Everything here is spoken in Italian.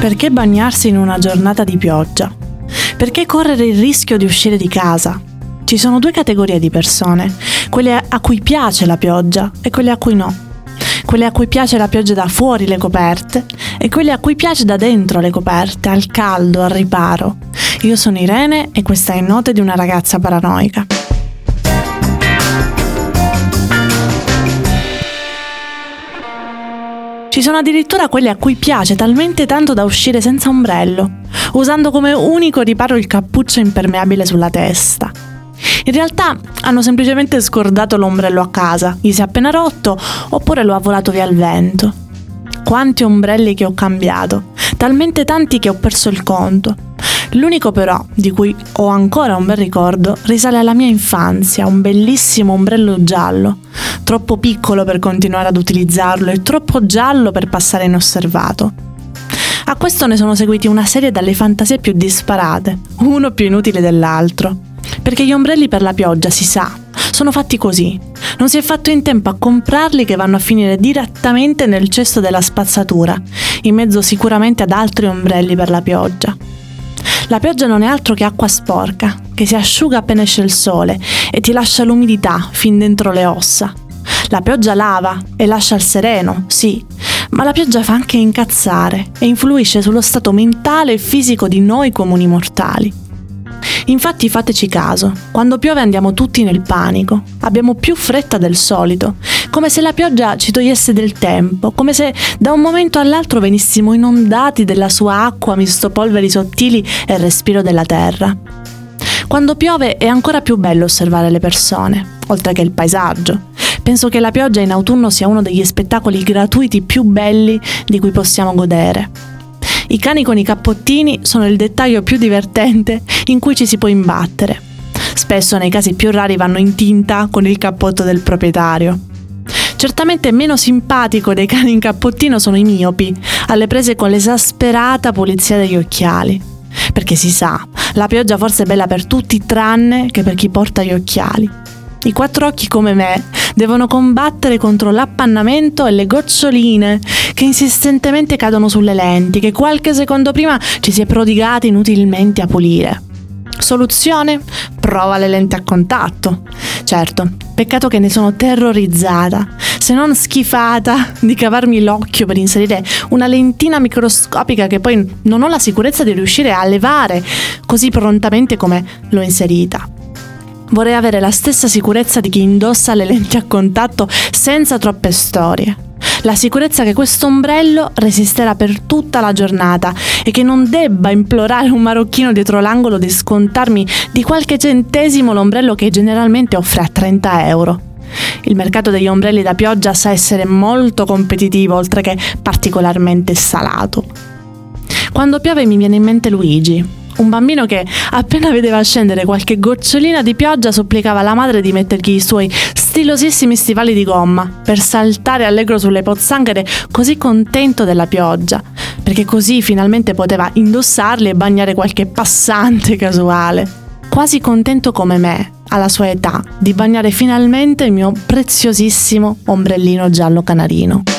Perché bagnarsi in una giornata di pioggia? Perché correre il rischio di uscire di casa? Ci sono due categorie di persone, quelle a cui piace la pioggia e quelle a cui no. Quelle a cui piace la pioggia da fuori le coperte e quelle a cui piace da dentro le coperte, al caldo, al riparo. Io sono Irene e questa è Note di una ragazza paranoica. Ci sono addirittura quelli a cui piace talmente tanto da uscire senza ombrello, usando come unico riparo il cappuccio impermeabile sulla testa. In realtà hanno semplicemente scordato l'ombrello a casa, gli si è appena rotto oppure lo ha volato via il vento. Quanti ombrelli che ho cambiato, talmente tanti che ho perso il conto. L'unico però di cui ho ancora un bel ricordo risale alla mia infanzia, un bellissimo ombrello giallo, troppo piccolo per continuare ad utilizzarlo e troppo giallo per passare inosservato. A questo ne sono seguiti una serie dalle fantasie più disparate, uno più inutile dell'altro. Perché gli ombrelli per la pioggia, si sa, sono fatti così. Non si è fatto in tempo a comprarli che vanno a finire direttamente nel cesto della spazzatura, in mezzo sicuramente ad altri ombrelli per la pioggia. La pioggia non è altro che acqua sporca, che si asciuga appena esce il sole e ti lascia l'umidità fin dentro le ossa. La pioggia lava e lascia il sereno, sì, ma la pioggia fa anche incazzare e influisce sullo stato mentale e fisico di noi comuni mortali. Infatti fateci caso, quando piove andiamo tutti nel panico, abbiamo più fretta del solito, come se la pioggia ci togliesse del tempo, come se da un momento all'altro venissimo inondati della sua acqua misto polveri sottili e respiro della terra. Quando piove è ancora più bello osservare le persone, oltre che il paesaggio. Penso che la pioggia in autunno sia uno degli spettacoli gratuiti più belli di cui possiamo godere. I cani con i cappottini sono il dettaglio più divertente in cui ci si può imbattere. Spesso nei casi più rari vanno in tinta con il cappotto del proprietario. Certamente meno simpatico dei cani in cappottino sono i miopi, alle prese con l'esasperata pulizia degli occhiali. Perché si sa, la pioggia forse è bella per tutti tranne che per chi porta gli occhiali. I quattro occhi come me devono combattere contro l'appannamento e le goccioline che insistentemente cadono sulle lenti, che qualche secondo prima ci si è prodigati inutilmente a pulire. Soluzione? Prova le lenti a contatto. Certo, peccato che ne sono terrorizzata, se non schifata, di cavarmi l'occhio per inserire una lentina microscopica che poi non ho la sicurezza di riuscire a levare così prontamente come l'ho inserita. Vorrei avere la stessa sicurezza di chi indossa le lenti a contatto senza troppe storie. La sicurezza che questo ombrello resisterà per tutta la giornata e che non debba implorare un marocchino dietro l'angolo di scontarmi di qualche centesimo l'ombrello che generalmente offre a 30 euro. Il mercato degli ombrelli da pioggia sa essere molto competitivo, oltre che particolarmente salato. Quando piove mi viene in mente Luigi, un bambino che appena vedeva scendere qualche gocciolina di pioggia supplicava alla madre di mettergli i suoi stilosissimi stivali di gomma per saltare allegro sulle pozzanghere, così contento della pioggia, perché così finalmente poteva indossarli e bagnare qualche passante casuale. Quasi contento come me, alla sua età, di bagnare finalmente il mio preziosissimo ombrellino giallo canarino.